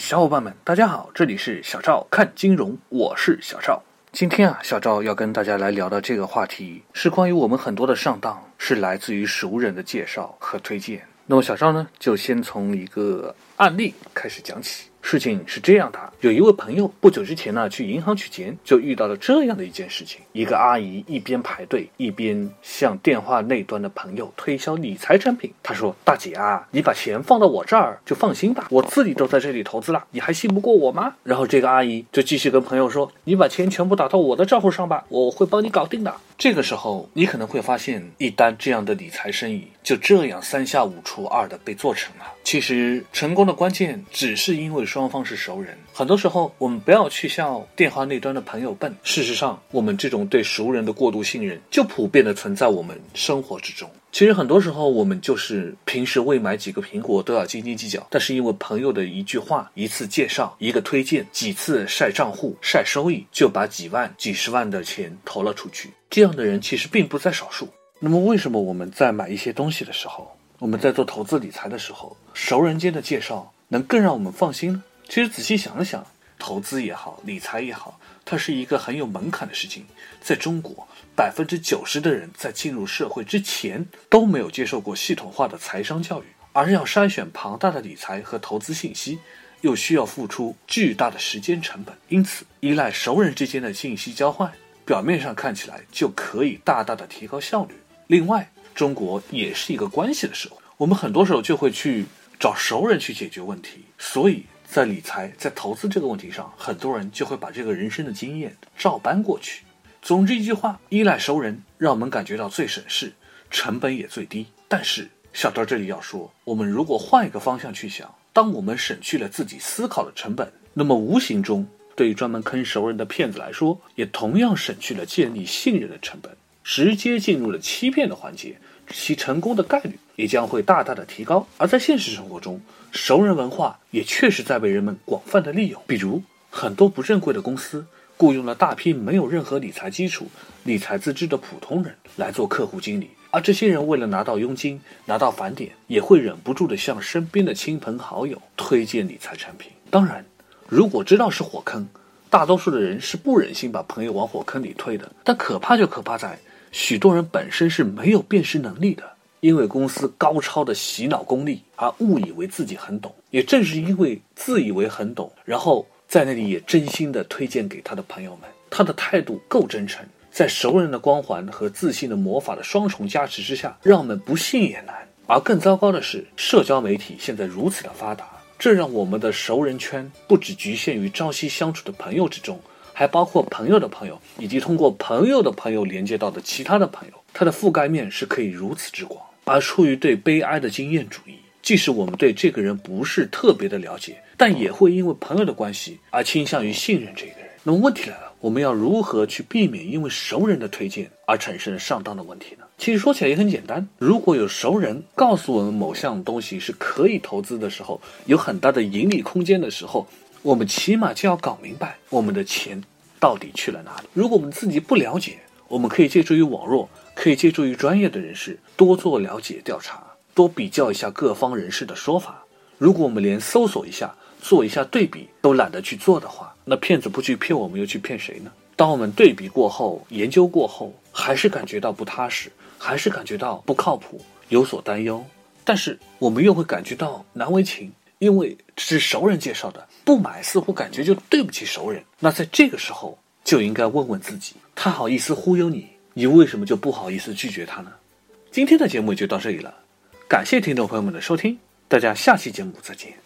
小伙伴们大家好，这里是小赵看金融，我是小赵。今天小赵要跟大家来聊的这个话题是关于我们很多的上当是来自于熟人的介绍和推荐。那么小赵呢，就先从一个案例开始讲起。事情是这样的，有一位朋友不久之前呢去银行取钱，就遇到了这样的一件事情。一个阿姨一边排队一边向电话那端的朋友推销理财产品。她说：大姐啊，你把钱放到我这儿就放心吧，我自己都在这里投资了，你还信不过我吗？然后这个阿姨就继续跟朋友说：你把钱全部打到我的账户上吧，我会帮你搞定的。这个时候你可能会发现，一单这样的理财生意就这样3下5除2的被做成了。其实成功的关键只是因为双方是熟人。很多时候我们不要去笑电话那端的朋友笨，事实上我们这种对熟人的过度信任就普遍的存在我们生活之中。其实很多时候我们就是平时为买几个苹果都要斤斤计较，但是因为朋友的一句话、一次介绍、一个推荐、几次晒账户晒收益，就把几万几十万的钱投了出去。这样的人其实并不在少数。那么为什么我们在买一些东西的时候，我们在做投资理财的时候，熟人间的介绍能更让我们放心呢？其实仔细想一想，投资也好，理财也好，它是一个很有门槛的事情。在中国，90%的人在进入社会之前都没有接受过系统化的财商教育，而要筛选庞大的理财和投资信息，又需要付出巨大的时间成本。因此，依赖熟人之间的信息交换，表面上看起来就可以大大的提高效率。另外，中国也是一个关系的社会，我们很多时候就会去找熟人去解决问题，所以在理财在投资这个问题上，很多人就会把这个人生的经验照搬过去。总之一句话，依赖熟人让我们感觉到最省事，成本也最低。但是小赵这里要说，我们如果换一个方向去想，当我们省去了自己思考的成本，那么无形中对于专门坑熟人的骗子来说，也同样省去了建立信任的成本，直接进入了欺骗的环节，其成功的概率也将会大大的提高。而在现实生活中，熟人文化也确实在被人们广泛的利用。比如很多不正规的公司雇佣了大批没有任何理财基础、理财资质的普通人来做客户经理，而这些人为了拿到佣金、拿到返点，也会忍不住的向身边的亲朋好友推荐理财产品。当然，如果知道是火坑，大多数的人是不忍心把朋友往火坑里推的。但可怕就可怕在许多人本身是没有辨识能力的，因为公司高超的洗脑功力而误以为自己很懂。也正是因为自以为很懂，然后在那里也真心的推荐给他的朋友们，他的态度够真诚，在熟人的光环和自信的魔法的双重加持之下，让我们不信也难。而更糟糕的是，社交媒体现在如此的发达，这让我们的熟人圈不只局限于朝夕相处的朋友之中，还包括朋友的朋友，以及通过朋友的朋友连接到的其他的朋友，它的覆盖面是可以如此之广。而出于对悲哀的经验主义，即使我们对这个人不是特别的了解，但也会因为朋友的关系而倾向于信任这个人。那么问题来了，我们要如何去避免因为熟人的推荐而产生上当的问题呢？其实说起来也很简单，如果有熟人告诉我们某项东西是可以投资的时候，有很大的盈利空间的时候，我们起码就要搞明白我们的钱到底去了哪里。如果我们自己不了解，我们可以借助于网络，可以借助于专业的人士，多做了解调查，多比较一下各方人士的说法。如果我们连搜索一下、做一下对比都懒得去做的话，那骗子不去骗我们，又去骗谁呢？当我们对比过后、研究过后，还是感觉到不踏实，还是感觉到不靠谱，有所担忧，但是我们又会感觉到难为情，因为是熟人介绍的，不买似乎感觉就对不起熟人。那在这个时候就应该问问自己，他好意思忽悠你，你为什么就不好意思拒绝他呢？今天的节目就到这里了，感谢听众朋友们的收听，大家下期节目再见。